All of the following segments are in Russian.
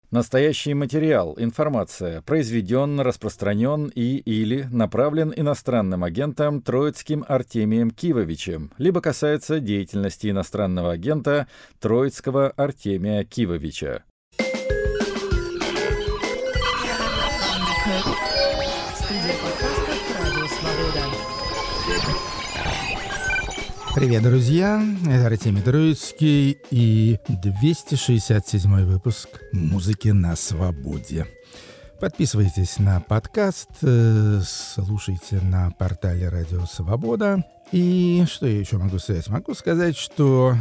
Настоящий материал, информация произведен, распространен или направлен иностранным агентом Троицким Артемием Кивовичем, либо касается деятельности иностранного агента Троицкого Артемия Кивовича. Студия подкастов «Радио Свобода». Привет, друзья! Это Артемий Троицкий и 267 выпуск «Музыки на свободе». Подписывайтесь на подкаст, слушайте на портале «Радио Свобода». И что я еще могу сказать? Могу сказать, что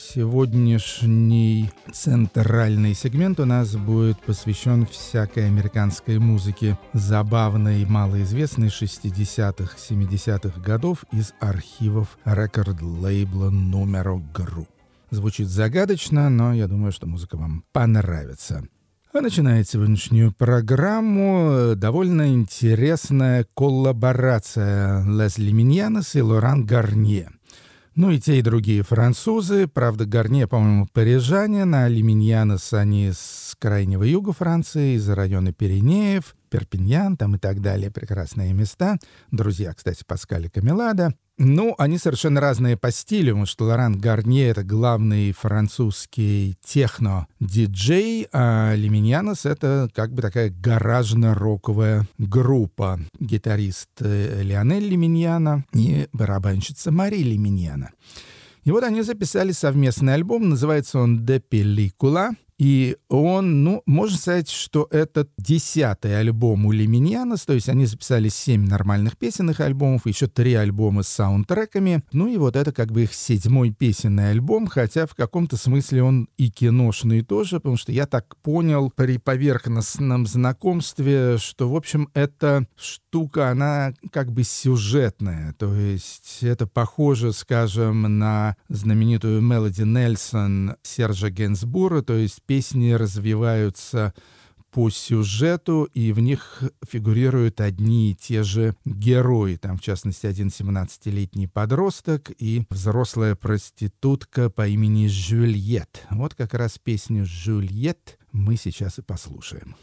сегодняшний центральный сегмент у нас будет посвящен всякой американской музыке, забавной, малоизвестной 60-х, 70-х годов из архивов рекорд-лейбла Numero Group. Звучит загадочно, но я думаю, что музыка вам понравится. А начинает сегодняшнюю программу довольно интересная коллаборация Лесли Миньянес и Лоран Гарнье. Ну и те, и другие французы. Правда, Гарнье, по-моему, парижанин, а Миньянес они с крайнего юга Франции, из района Пиренеев, Перпиньян там и так далее. Прекрасные места. Друзья, кстати, Паскаль и Камилада. Ну, они совершенно разные по стилю, потому что Лоран Гарнье — это главный французский техно-диджей, а Миньянес — это как бы такая гаражно-роковая группа. Гитарист Лионель Миньяна и барабанщица Мари Миньяна. И вот они записали совместный альбом, называется он «De Película». И он, можно сказать, что это 10-й альбом у Миньянес, то есть они записали 7 нормальных песенных альбомов, еще 3 альбома с саундтреками, ну и вот это как бы их 7-й песенный альбом, хотя в каком-то смысле он и киношный тоже, потому что я так понял при поверхностном знакомстве, что, в общем, эта штука, она как бы сюжетная, то есть это похоже, скажем, на знаменитую «Мелоди Нельсон» Сержа Генсбура, то есть песни развиваются по сюжету, и в них фигурируют одни и те же герои. Там, в частности, один 17-летний подросток и взрослая проститутка по имени Жюльет. Вот как раз песню «Жюльет» мы сейчас и послушаем.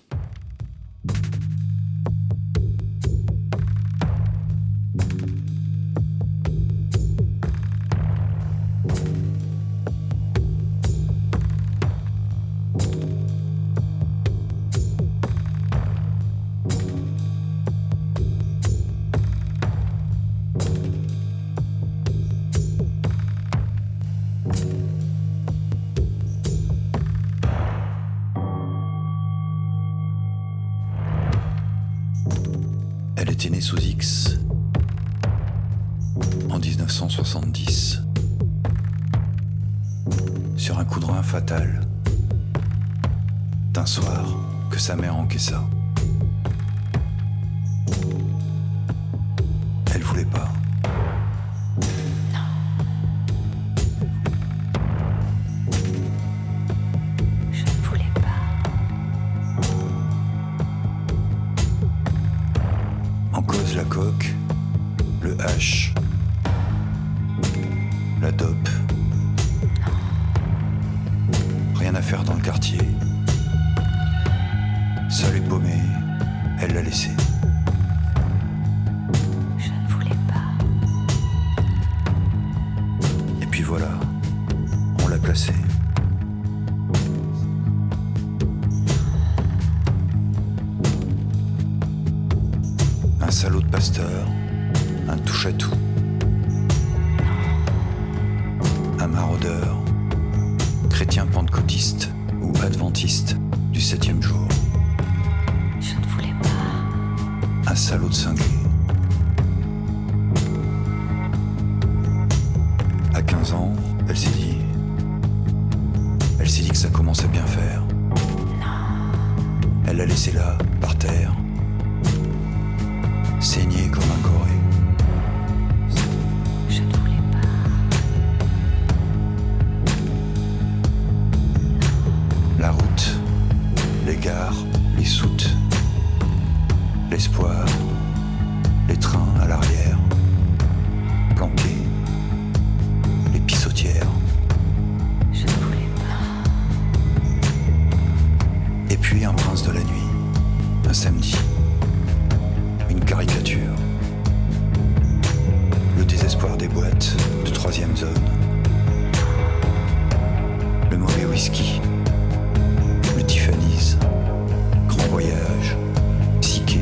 Elle était née sous X en 1970 sur un coup de rein fatal d'un soir que sa mère encaissa. Elle voulait pas. La coke, le hash, la dope. Rien à faire dans le quartier. Seule et paumée, elle l'a laissé. Je ne voulais pas. Et puis voilà, on l'a placée. Un salaud de pasteur, un touche-à-tout, un maraudeur, chrétien pentecôtiste ou adventiste du 7e jour. Je ne voulais pas. Un salaud de cinglé. À 15 ans, elle s'est dit que ça commençait à bien faire. Non. Elle l'a laissé là, par terre, saigné comme un goré. Je ne voulais pas. La route, les gares, les soutes, l'espoir, les trains à l'arrière, planqués, les pissotières. Je ne voulais pas. Et puis suis un prince de la nuit, un samedi, une caricature. Le désespoir des boîtes de troisième zone. Le mauvais whisky. Le Tiffany's. Grand voyage. Psyché.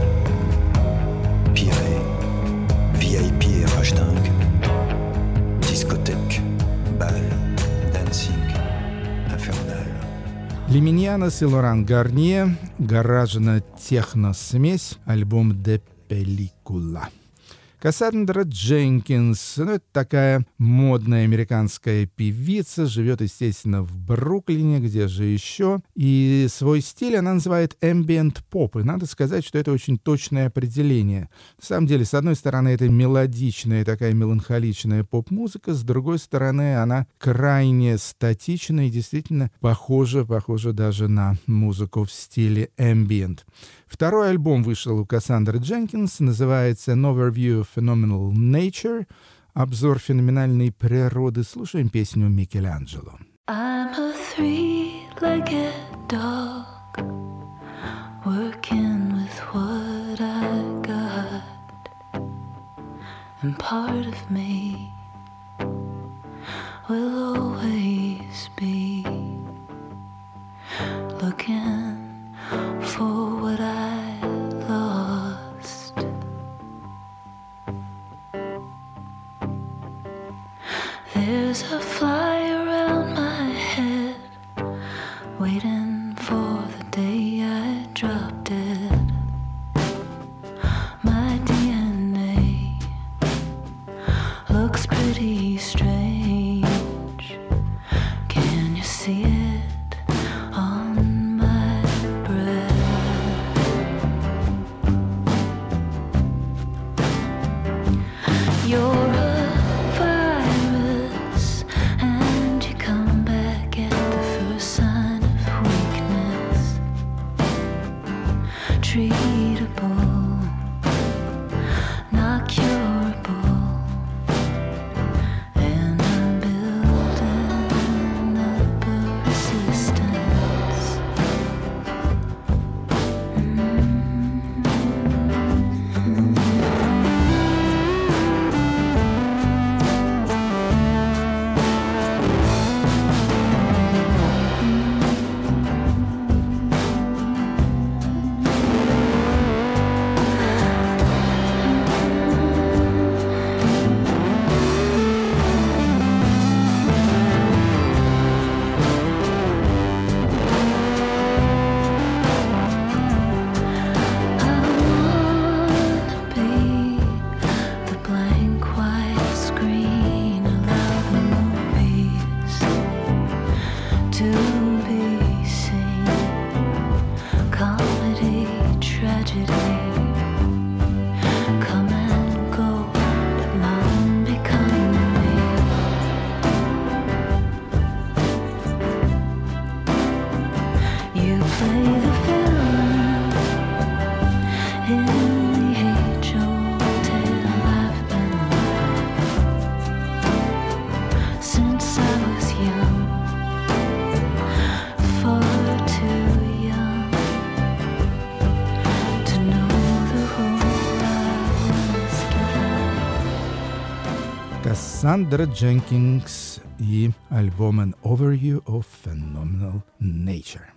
Pirée. VIP et rachdingue. Discothèque. Bal. Dancing. Infernal. Лиминьянос и Лоран Гарнье, гаражно-техно-смесь, альбом «Де Пеликула». Кассандра Дженкинс, это такая модная американская певица, живет, естественно, в Бруклине, где же еще. И свой стиль она называет ambient pop. И надо сказать, что это очень точное определение. На самом деле, с одной стороны, это мелодичная, такая меланхоличная поп-музыка, с другой стороны, она крайне статична и действительно похожа даже на музыку в стиле ambient. Второй альбом вышел у Кассандры Дженкинс, называется «An Overview of Phenomenal Nature», обзор феноменальной природы. Слушаем песню Микеланджело. I'm a three-legged dog working with what I got, and part of me will always be looking for what I lost. There's a fly around my head, waiting for the day I dropped it. My DNA looks pretty strange. Can you see it on my breath? You're a virus, and you come back at the first sign of weakness. Treatable, not curable, and I'm building up a resistance. Кассандра Дженкинс и альбом «An Overview of Phenomenal Nature».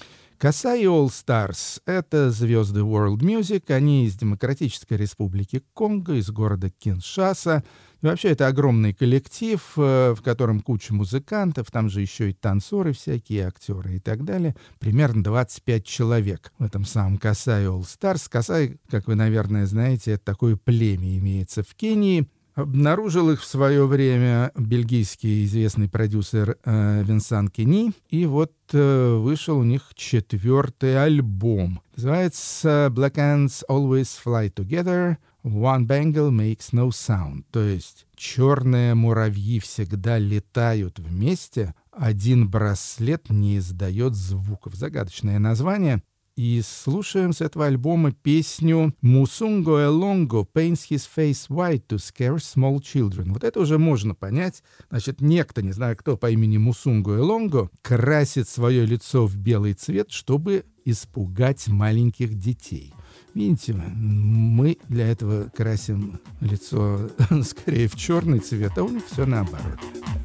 Каса и All Stars — это звезды World Music, они из Демократической Республики Конго, из города Киншаса. И вообще это огромный коллектив, в котором куча музыкантов, там же еще и танцоры всякие, актеры и так далее. Примерно 25 человек в этом самом Каса и All Stars. Каса, как вы, наверное, знаете, это такое племя имеется в Кении. Обнаружил их в свое время бельгийский известный продюсер Винсан Кени. И вот вышел у них 4-й альбом. Называется «Black Ants Always Fly Together. One Bangle Makes No Sound». То есть черные муравьи всегда летают вместе, один браслет не издает звуков. Загадочное название. И слушаем с этого альбома песню «Musungo Elongo paints his face white to scare small children». Вот это уже можно понять. Значит, некто, не знаю кто, по имени Мусунго Элонго, красит свое лицо в белый цвет, чтобы испугать маленьких детей. Видите, мы для этого красим лицо скорее в черный цвет, а у них все наоборот.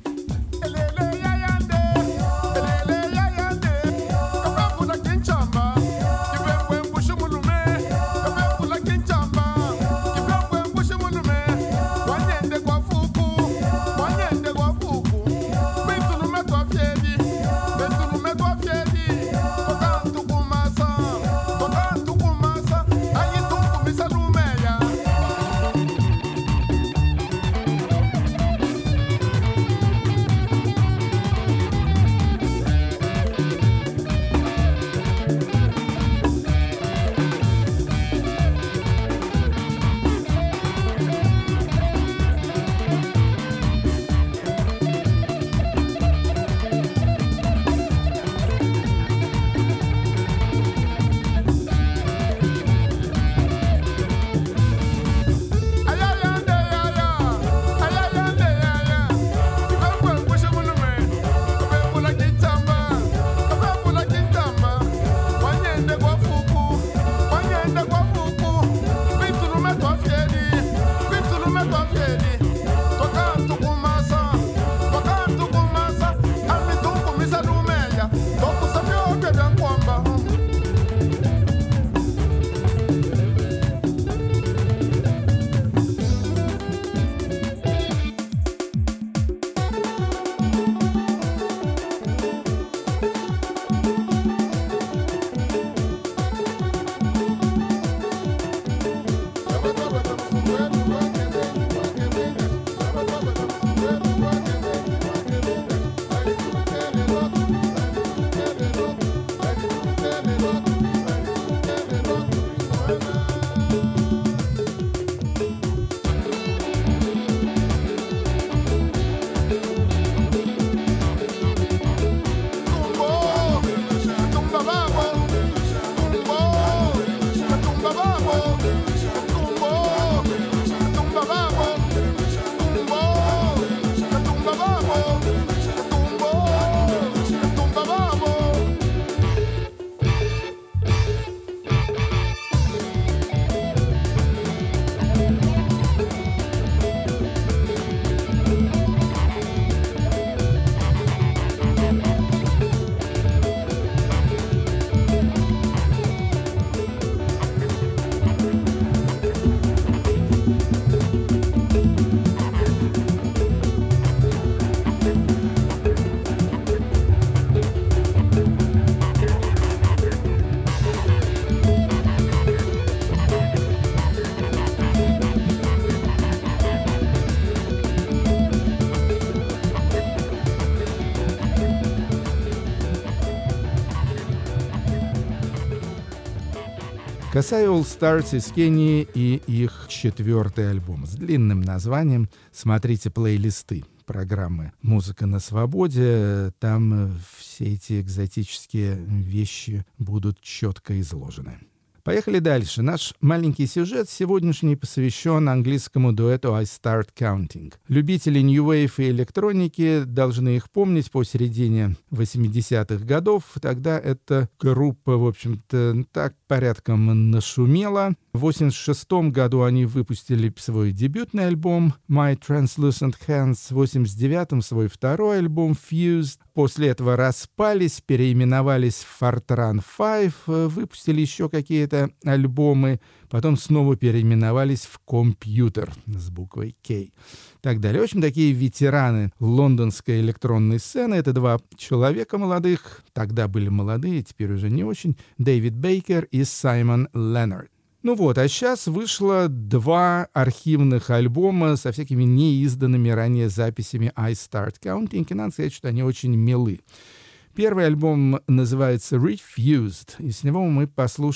Касай All Stars из Кении и их 4-й альбом с длинным названием. Смотрите плейлисты программы «Музыка на свободе». Там все эти экзотические вещи будут четко изложены. Поехали дальше. Наш маленький сюжет сегодняшний посвящен английскому дуэту I Start Counting. Любители New Wave и электроники должны их помнить по середине 80-х годов. Тогда эта группа, в общем-то, так порядком нашумела. В 86 году они выпустили свой дебютный альбом My Translucent Hands, в 89-м свой второй альбом Fused. После этого распались, переименовались в Fortran 5, выпустили еще какие-то альбомы, потом снова переименовались в Computer с буквой K. И так далее. В общем, такие ветераны лондонской электронной сцены. Это два человека молодых, тогда были молодые, теперь уже не очень, Дэвид Бейкер и Саймон Леннард. Ну вот, а сейчас вышло 2 архивных альбома со всякими неизданными ранее записями I Start Counting, и надо сказать, что они очень милы. Первый альбом называется Refused, и с него мы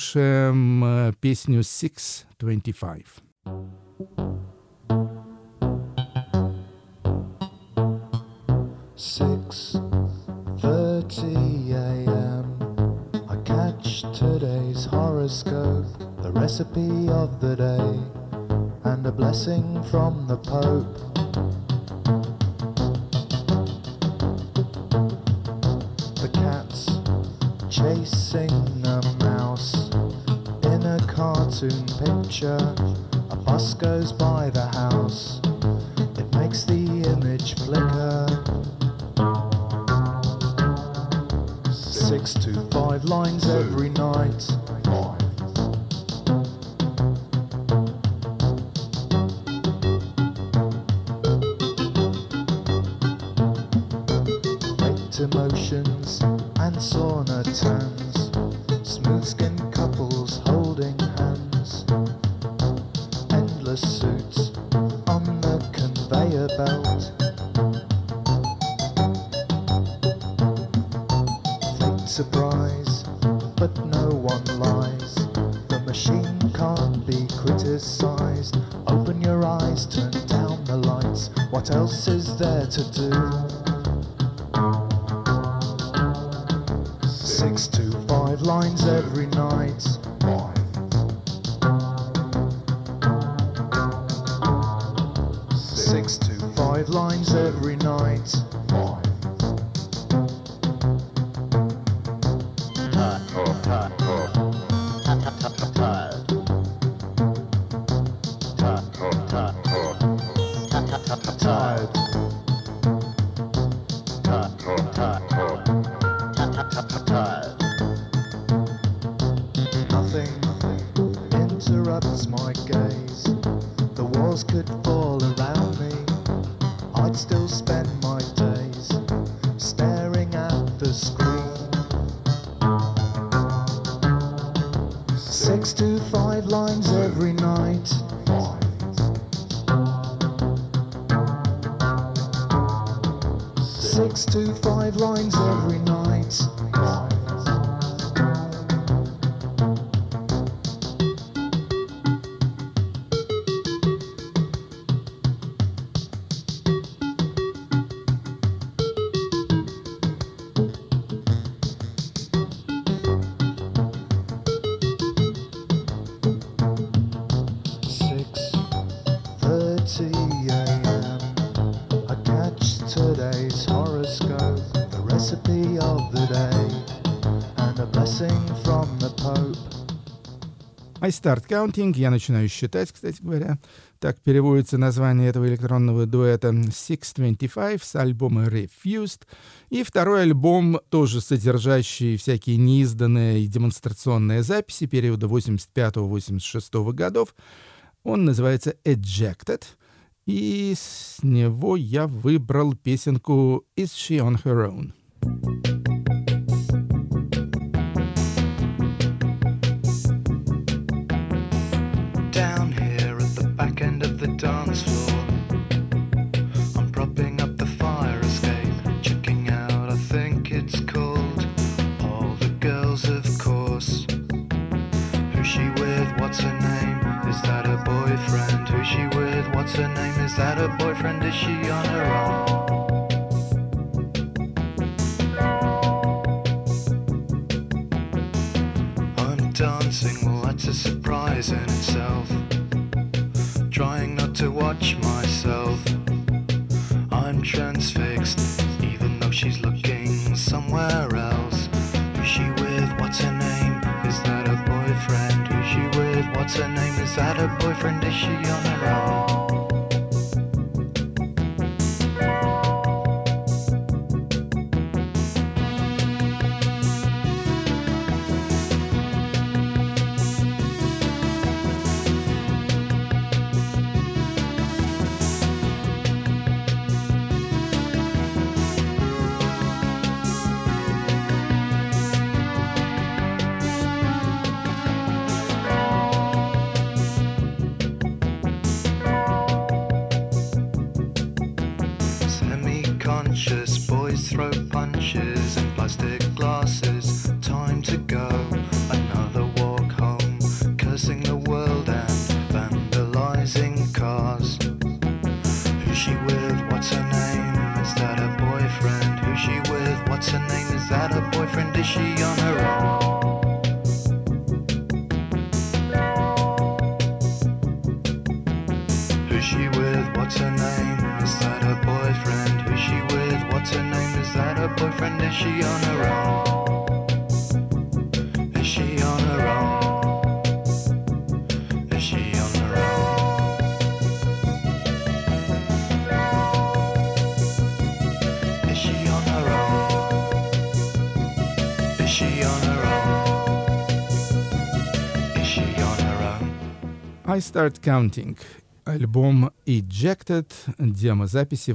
послушаем песню 625. 6:30 a.m. I catch today's horoscope, the recipe of the day, and a blessing from the Pope. The cat's chasing a mouse in a cartoon picture. A bus goes by the house, it makes the image flicker. 6 to 5 lines every night. Faked emotions and sauna tans, smooth skin couples holding hands, endless suits on the conveyor belt. Surprise, but no one lies. The machine can't be criticized. Open your eyes, turn down the lights. What else is there to do? 6 to 5 lines every night. 6 to 5 lines every night. Nothing interrupts my gaze. The walls could fall around me. I'd still spend my days staring at the screen. 6 to 5 lines every night. 6 to 5 lines every night. Today's horoscope, the recipe of the day, and a blessing from the Pope. I start counting, я начинаю считать, кстати говоря. Так переводится название этого электронного дуэта 625 с альбома Refused. И второй альбом, тоже содержащий всякие неизданные и демонстрационные записи периода 85-86 годов. Он называется Ejected. И с него я выбрал песенку «Is She on Her Own?». Down here at the back end of the dance floor, I'm propping up the fire escape, checking out, I think it's called All the Girls, of course. Who's she with? What's her name? Is that her boyfriend? Who's she with? What's her name? Is that her boyfriend? Is she on her own? I'm dancing, well that's a surprise in itself. Trying not to watch myself. I'm transfixed, even though she's looking somewhere else. Who's she with? What's her name? Is that her boyfriend? Who's she with? What's her name? Is that her boyfriend? Is she on her own? boyfriend? Is she on her own? Is she on her own? Is she on her own? Is she on her own? Is she on her own? Is she on her own? I Start Counting. Альбом Ejected, демозаписи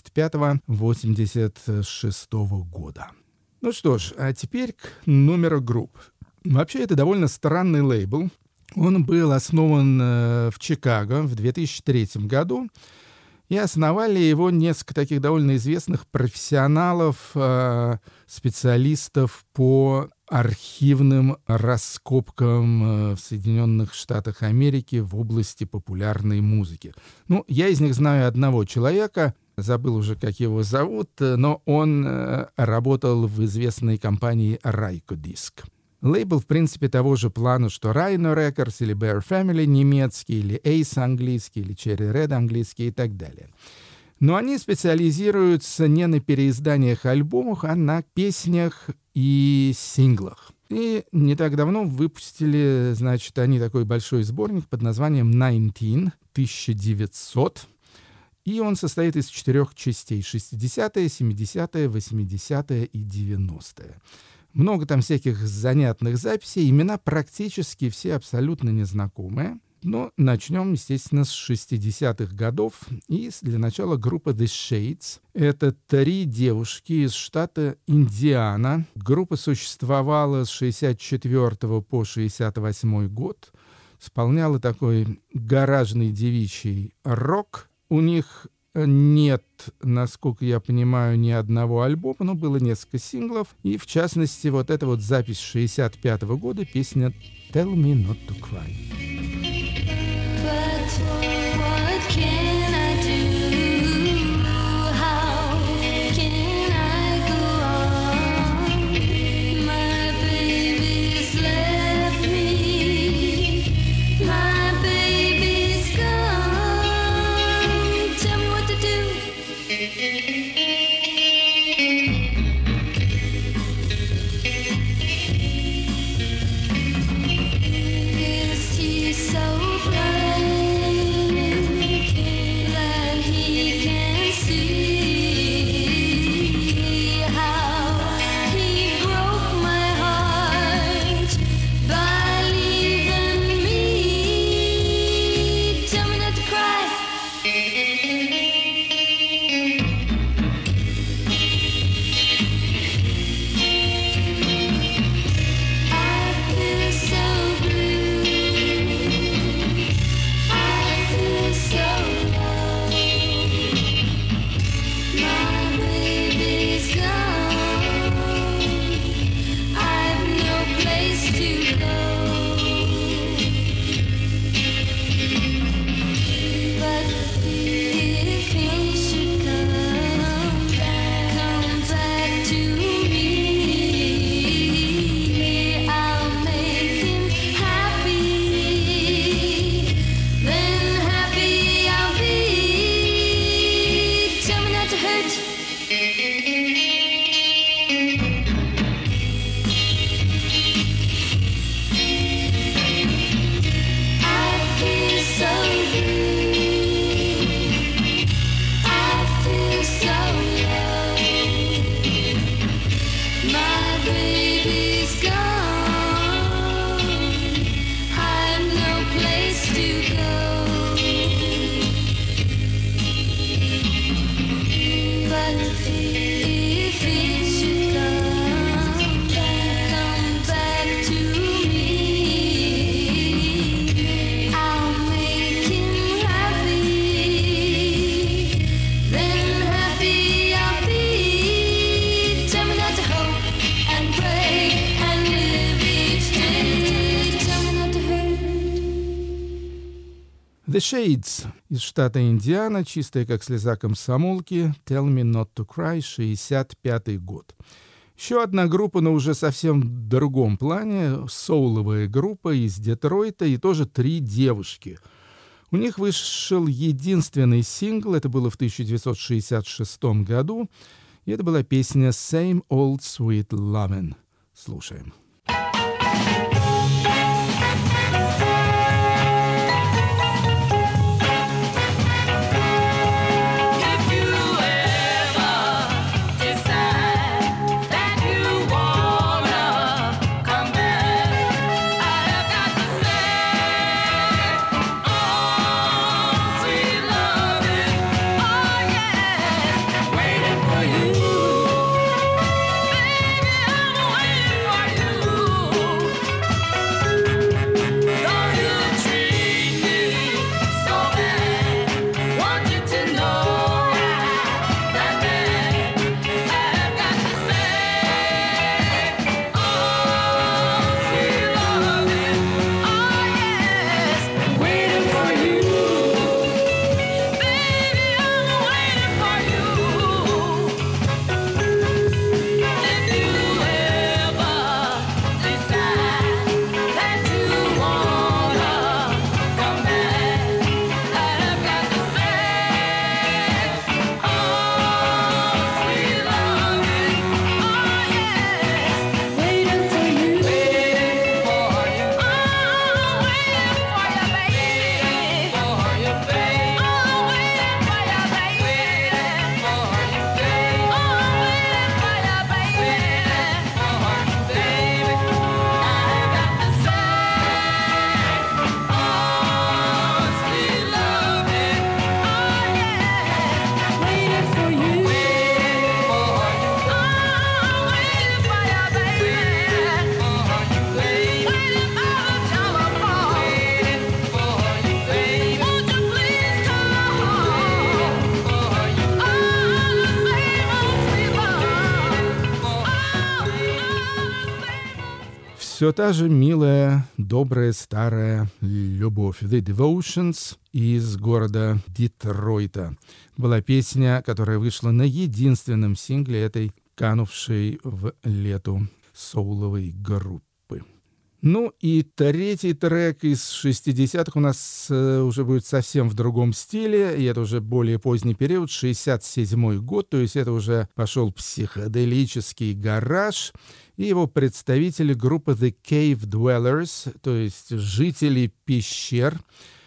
85-86 года. Ну что ж, а теперь к номеру групп. Вообще, это довольно странный лейбл. Он был основан в Чикаго в 2003 году, и основали его несколько таких довольно известных профессионалов, специалистов по архивным раскопкам в Соединенных Штатах Америки в области популярной музыки. Ну, я из них знаю одного человека, забыл уже, как его зовут, но он работал в известной компании Rykodisc. Лейбл, в принципе, того же плана, что Rhino Records или Bear Family немецкий, или Ace английский, или Cherry Red английский и так далее. Но они специализируются не на переизданиях альбомов, а на песнях и синглах. И не так давно выпустили, значит, они такой большой сборник под названием 1900. И он состоит из 4 частей: 60-е, 70-е, 80-е и 90-е. Много там всяких занятных записей, имена практически все абсолютно незнакомые. Но начнем, естественно, с 60-х годов. И для начала группа The Shades. Это 3 девушки из штата Индиана. Группа существовала с 64 по 68 год. Исполняла такой гаражный девичий рок. У них нет, насколько я понимаю, ни одного альбома, но было несколько синглов. И, в частности, вот эта вот запись 65 года, песня «Tell Me Not To Cry». But what can I do? How can I go on? My baby's left me. My baby's gone. Tell me what to do. Is he so blind that he can see how he broke my heart by leaving me? Tell me not to cry. I feel so blue. I feel so low. My baby's gone. I've no place to go. But if he should come back to me, I'll make him happy. Then happy I'll be. Tell me not to hurt. I feel so blue. I feel so low. My baby's gone. I've no place to go. But if he should come back to me, I'll make him happy. Then happy I'll be. Tell me not to hope and pray and live each day. Tell me not to hurt. The Shades из штата Индиана, чистая как слеза комсомолки, «Tell Me Not To Cry», 65 год. Еще одна группа, но уже совсем в другом плане, соуловая группа из Детройта, и тоже 3 девушки. У них вышел единственный сингл, это было в 1966 году, И это была песня «Same Old Sweet Lovin'». Слушаем. Все та же милая, добрая, старая любовь. The Devotions из города Детройта. Была песня, которая вышла на единственном сингле этой канувшей в лету соуловой группы. Ну и третий трек из 60-х у нас уже будет совсем в другом стиле, и это уже более поздний период, 67-й год, то есть это уже пошел психоделический гараж, и его представители группы The Cave Dwellers, то есть жители пещер,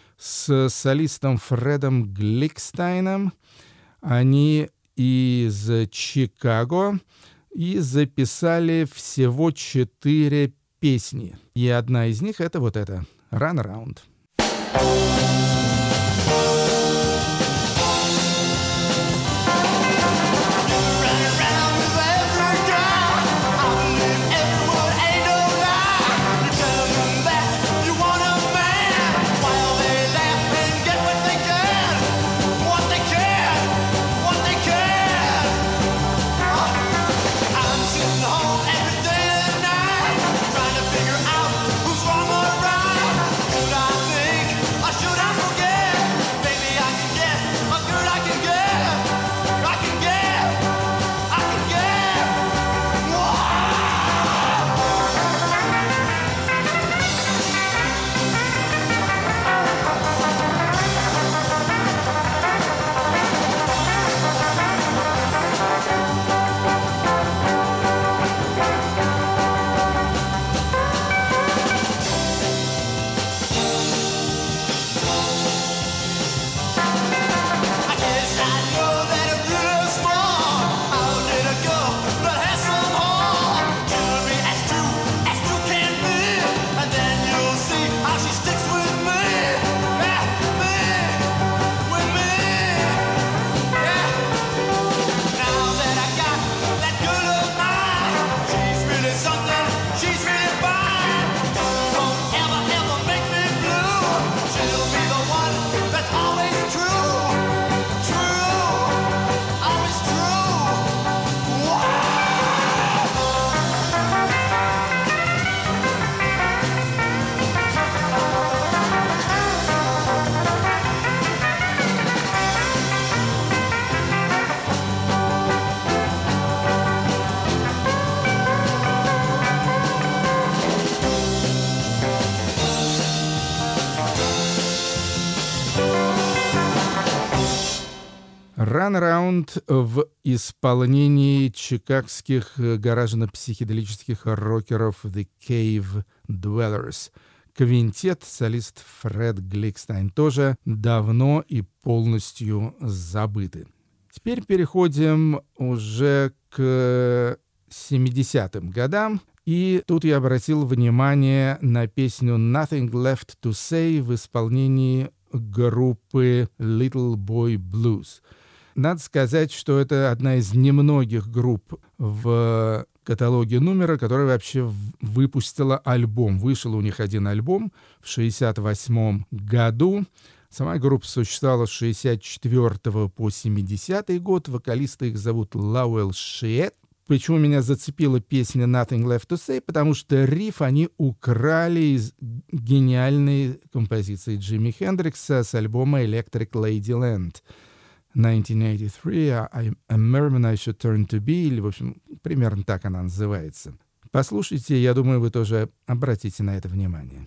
с солистом Фредом Гликстайном. Они из Чикаго и записали всего 4 песни. И одна из них — это вот эта «Run Around». Who's wrong or right? Should I think or should I Runaround в исполнении чикагских гаражно-психоделических рокеров The Cave Dwellers. Квинтет, солист Фред Гликстайн, тоже давно и полностью забыты. Теперь переходим уже к 70-м годам. И тут я обратил внимание на песню «Nothing Left to Say» в исполнении группы Little Boy Blues. Надо сказать, что это одна из немногих групп в каталоге «Numero», которая вообще выпустила альбом. Вышел у них один альбом в 1968 году. Сама группа существовала с 1964 по 1970 год. Вокалиста их зовут Лауэлл Шиет. Почему меня зацепила песня «Nothing Left to Say»? Потому что риф они украли из гениальной композиции Джимми Хендрикса с альбома «Electric Ladyland». 1983, «A Merman I Should Turn to Be», или, в общем, примерно так она называется. Послушайте, я думаю, вы тоже обратите на это внимание.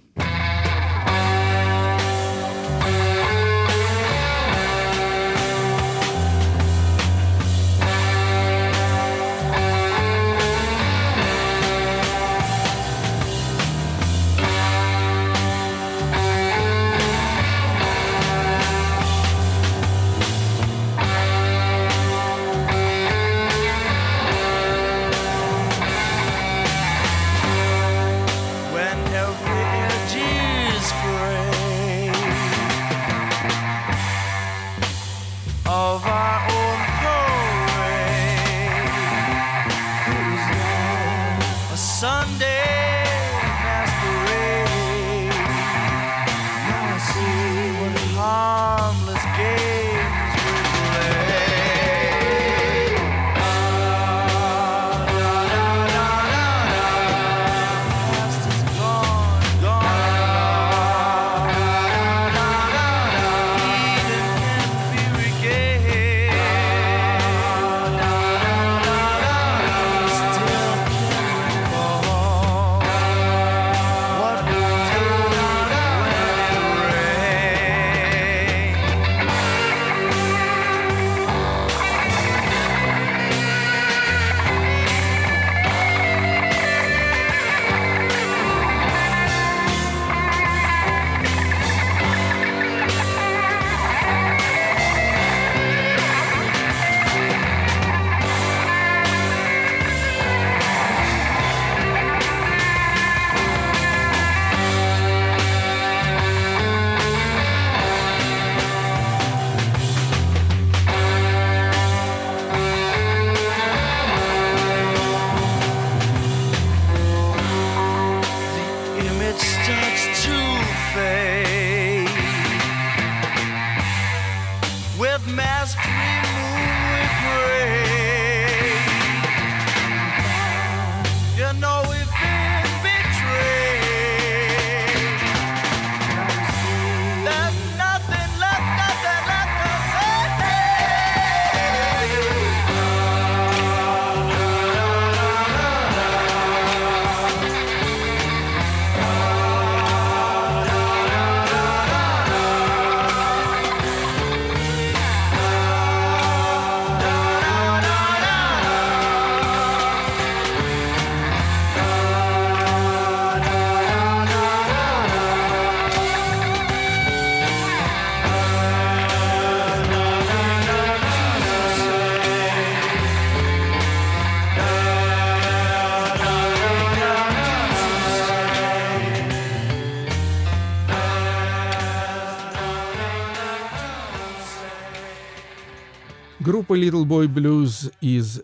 Группа Little Boy Blues из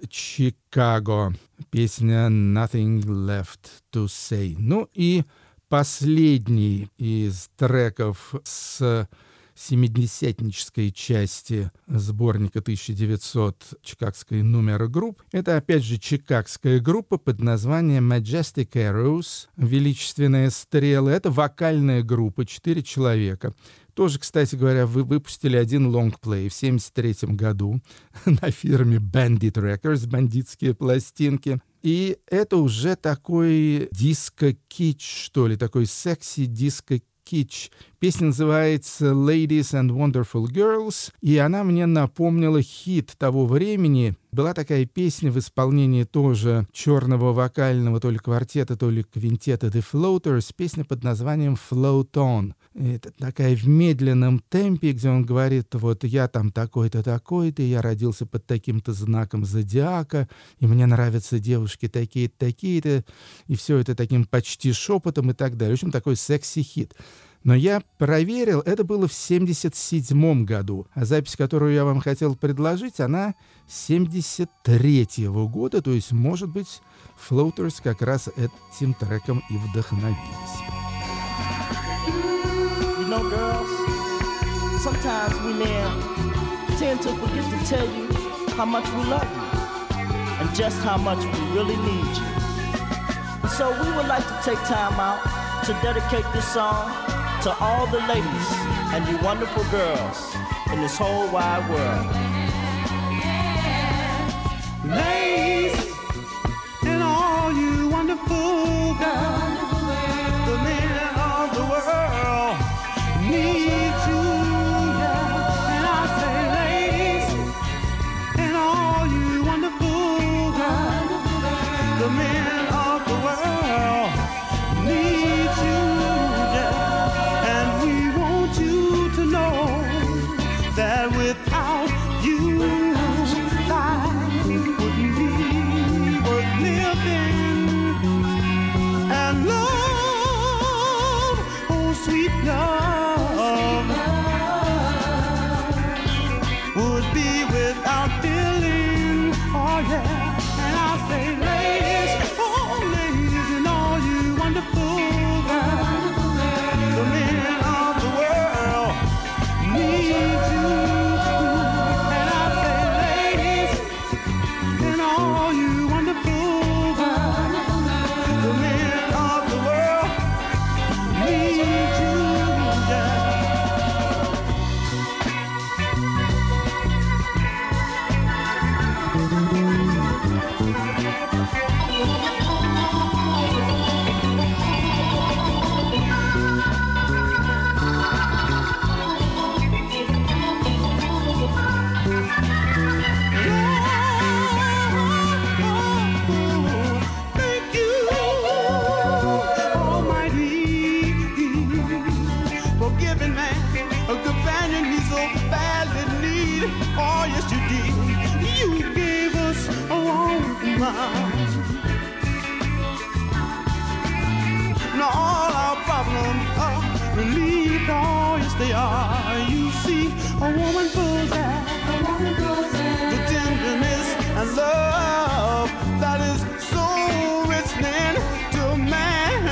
Чикаго. Песня «Nothing Left to Say». Ну и последний из треков с семидесятнической части сборника 1900 чикагской «Numero Group». Это, опять же, чикагская группа под названием Majestic Arrows, величественные стрелы. Это вокальная группа, 4 человека. Тоже, кстати говоря, вы выпустили один лонгплей в 1973 году на фирме Bandit Records, бандитские пластинки. И это уже такой диско-кич, что ли, такой секси-диско-кич. Песня называется «Ladies and Wonderful Girls», и она мне напомнила хит того времени. Была такая песня в исполнении тоже черного вокального то ли квартета, то ли квинтета The Floaters, песня под названием «Float On». Это такая в медленном темпе, где он говорит, вот я там такой-то, такой-то, я родился под таким-то знаком зодиака, и мне нравятся девушки такие-то, такие-то, и все это таким почти шепотом и так далее. В общем, такой секси-хит. Но я проверил, это было в 1977 году, а запись, которую я вам хотел предложить, она 1973 года, то есть, может быть, Floaters как раз этим треком и вдохновились. You know, girls, sometimes we men tend to forget to tell you how much we love you and just how much we really need you. So we would like to take time out to dedicate this song to all the ladies and you wonderful girls in this whole wide world. Ladies and all you wonderful girls, the men of the world need you, yeah. And I say, ladies and all you wonderful girls, the men of the world need you, yeah. And we want you to know that without you, life wouldn't be worth living. And love, oh sweet love, would be without feeling. Oh yeah. And I say, ladies, oh ladies, and all you wonderful girls, the men of the world need you. And I say, ladies, and all you wonderful girls, the men of the world need you, yeah. Thank you, Almighty, for giving man a companion he so badly need. Oh, yes, you did. You gave us a woman. Now all our problems are relieved. Oh, yes, they are. You see, a woman possesses the tenderness and love that is so rich to man.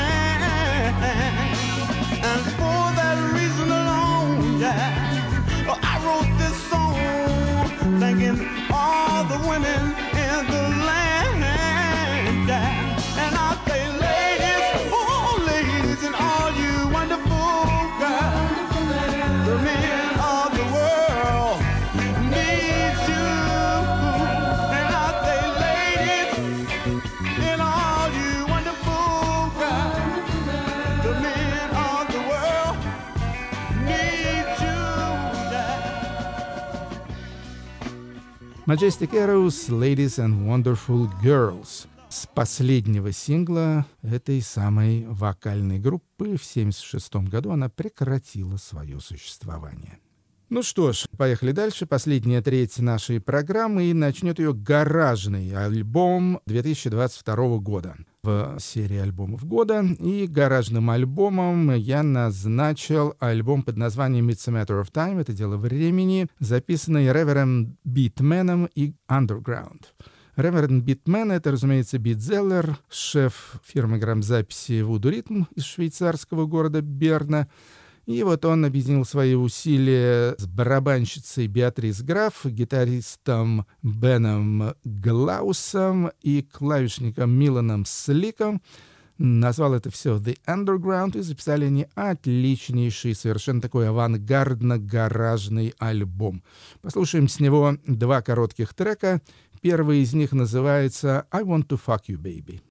And for that reason alone, yeah, I wrote this song thanking all the women in the land, yeah. And I say, ladies, oh ladies, and all you wonderful girls, the men of the world need you. And I say, ladies, and all you wonderful girls, the men of the world need you, yeah. Majestic Arrows, Ladies and Wonderful Girls. С последнего сингла этой самой вокальной группы в 1976 году она прекратила свое существование. Ну что ж, поехали дальше. Последняя треть нашей программы, и начнет ее гаражный альбом 2022 года в серии альбомов года. И гаражным альбомом я назначил альбом под названием «It's a Matter of Time», это дело времени, записанный Reverend Beatman и Underground. Reverend Beatman — это, разумеется, битзеллер, шеф фирмы грамзаписи Voodoo Rhythm из швейцарского города Берна. И вот он объединил свои усилия с барабанщицей Беатрис Граф, гитаристом Беном Глаусом и клавишником Миланом Сликом. Назвал это все «The Underground», и записали они отличнейший, совершенно такой авангардно-гаражный альбом. Послушаем с него два коротких трека. Первый из них называется «I Want to Fuck You, Baby».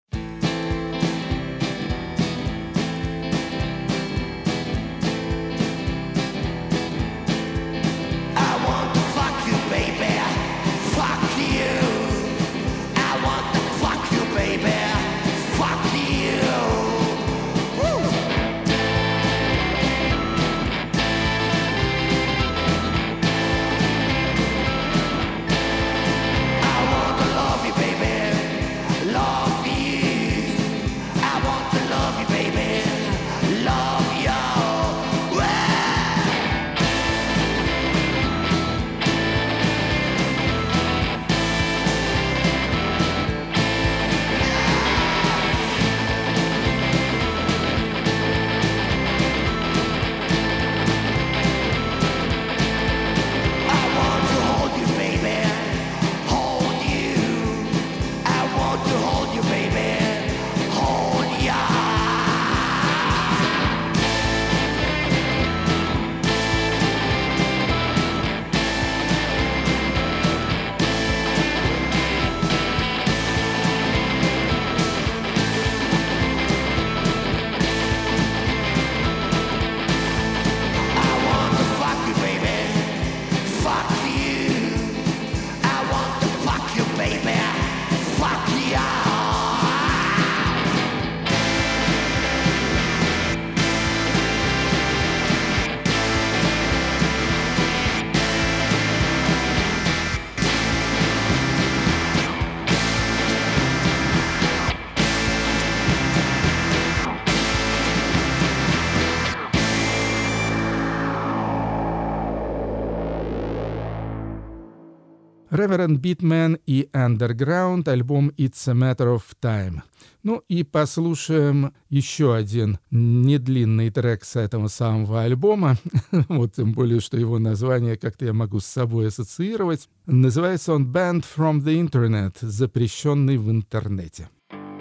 Reverend Beatman и Underground, альбом It's a Matter of Time. Ну и послушаем еще один недлинный трек с этого самого альбома. Вот тем более, что его название как-то я могу с собой ассоциировать. Называется он Banned from the Internet, запрещенный в интернете.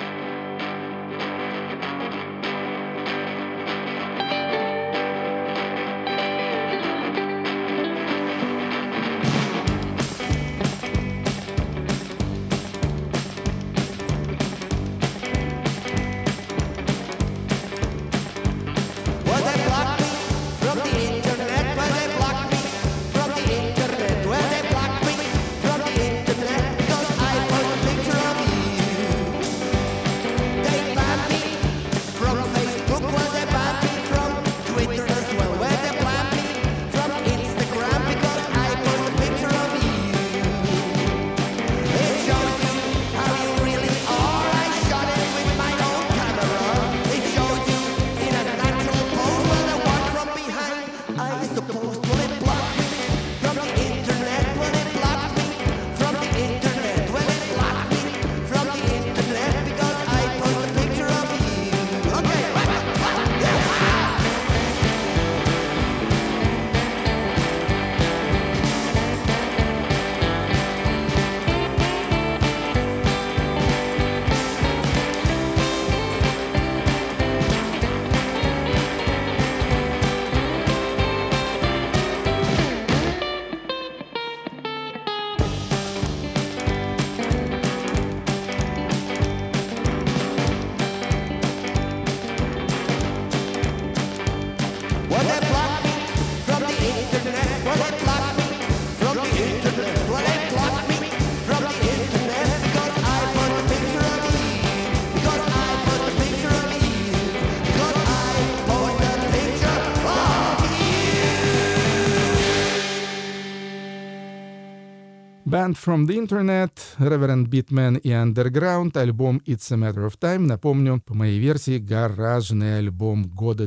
Banned from the Internet, Reverend Beatman и Underground, альбом It's a Matter of Time. Напомню, по моей версии, гаражный альбом года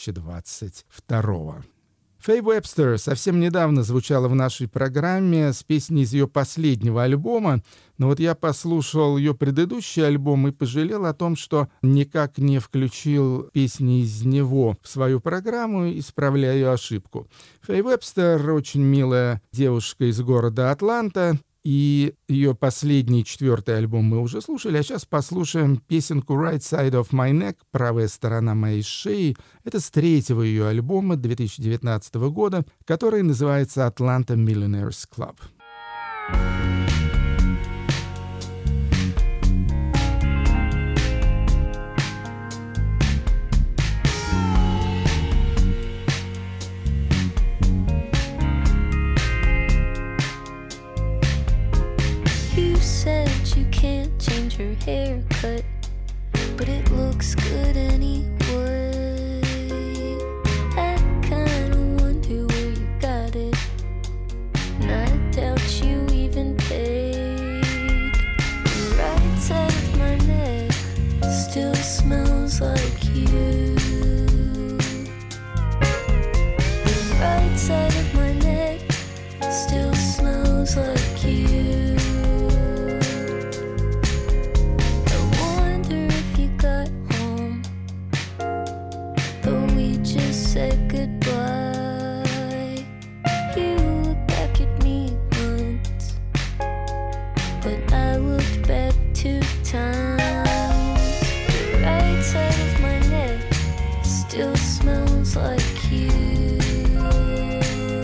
2022. Фэй Вебстер совсем недавно звучала в нашей программе с песней из ее последнего альбома, но вот я послушал ее предыдущий альбом и пожалел о том, что никак не включил песни из него в свою программу, исправляя ошибку. Фэй Вебстер очень милая девушка из города Атланта, и ее последний 4-й альбом мы уже слушали, а сейчас послушаем песенку «Right Side of My Neck», «Правая сторона моей шеи». Это с 3-го ее альбома 2019 года, который называется «Atlanta Millionaires Club». You can't change your haircut, but it looks good anyway. I kinda wonder where you got it, and I doubt you even paid. The right side of my neck still smells like you. The right side of my neck still smells like you. Said goodbye. You looked back at me once, but I looked back 2 times. The right side of my neck still smells like you.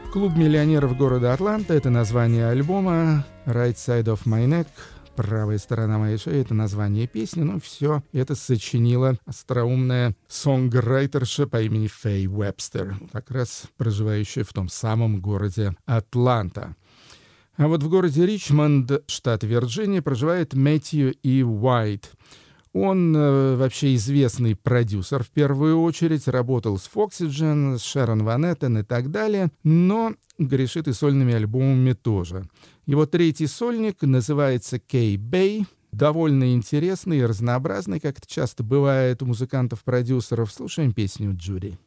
Клуб миллионеров города Атланта — это название альбома. Right Side of My Neck — правая сторона моей шеи — это название песни. Ну, все это сочинила остроумная сонграйтерша по имени Фэй Уэбстер, как раз проживающая в том самом городе Атланта. А вот в городе Ричмонд, штат Вирджиния, проживает Мэтью И. Уайт. Он вообще известный продюсер в первую очередь, работал с Foxygen, с Шерон Ван Эттен и так далее, но грешит и сольными альбомами тоже. Его третий сольник называется K-Bay, довольно интересный и разнообразный, как это часто бывает у музыкантов-продюсеров. Слушаем песню «Джуди».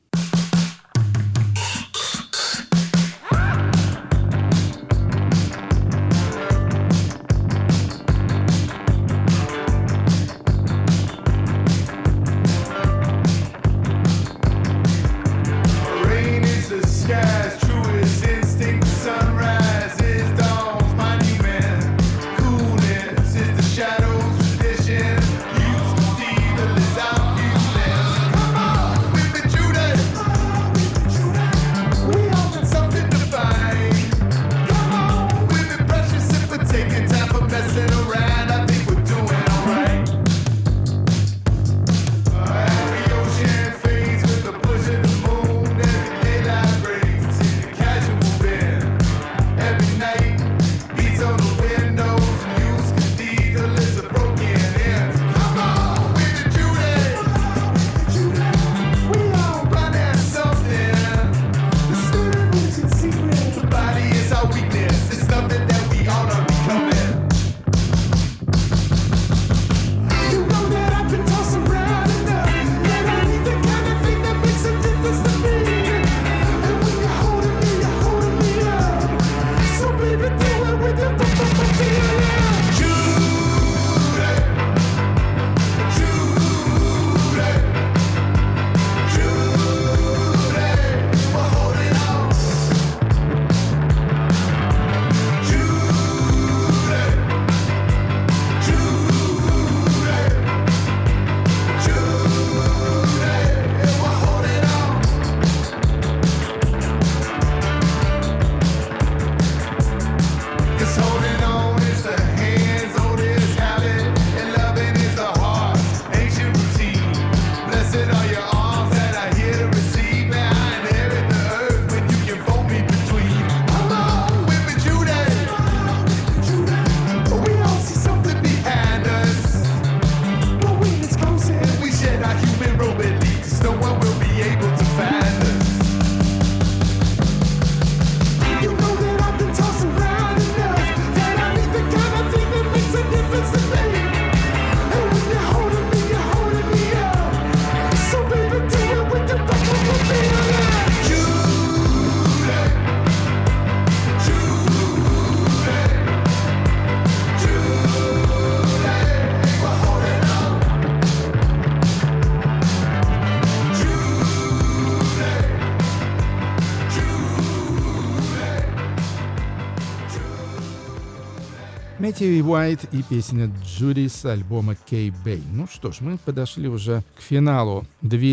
Мэтью Уайт и песня «Джуди» с альбома K-Bay. Ну что ж, мы подошли уже к финалу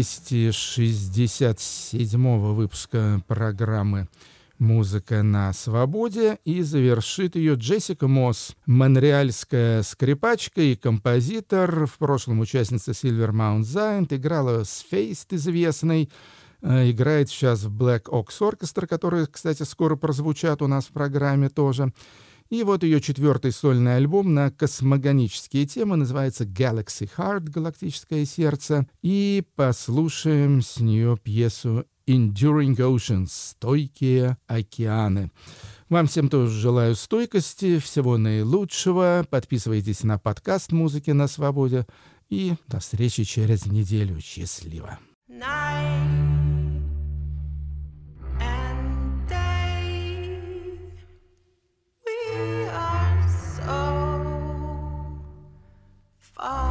267-го выпуска программы «Музыка на свободе», и завершит ее Джессика Мосс, монреальская скрипачка и композитор, в прошлом участница Silver Mount Giant, играла с Feist известной, играет сейчас в Black Ox Orchestra, которые, кстати, скоро прозвучат у нас в программе тоже. И вот ее четвертый сольный альбом на космогонические темы называется Galaxy Heart, галактическое сердце. И послушаем с нее пьесу Enduring Oceans, стойкие океаны. Вам всем тоже желаю стойкости, всего наилучшего. Подписывайтесь на подкаст «Музыки на свободе». И до встречи через неделю. Счастливо. Far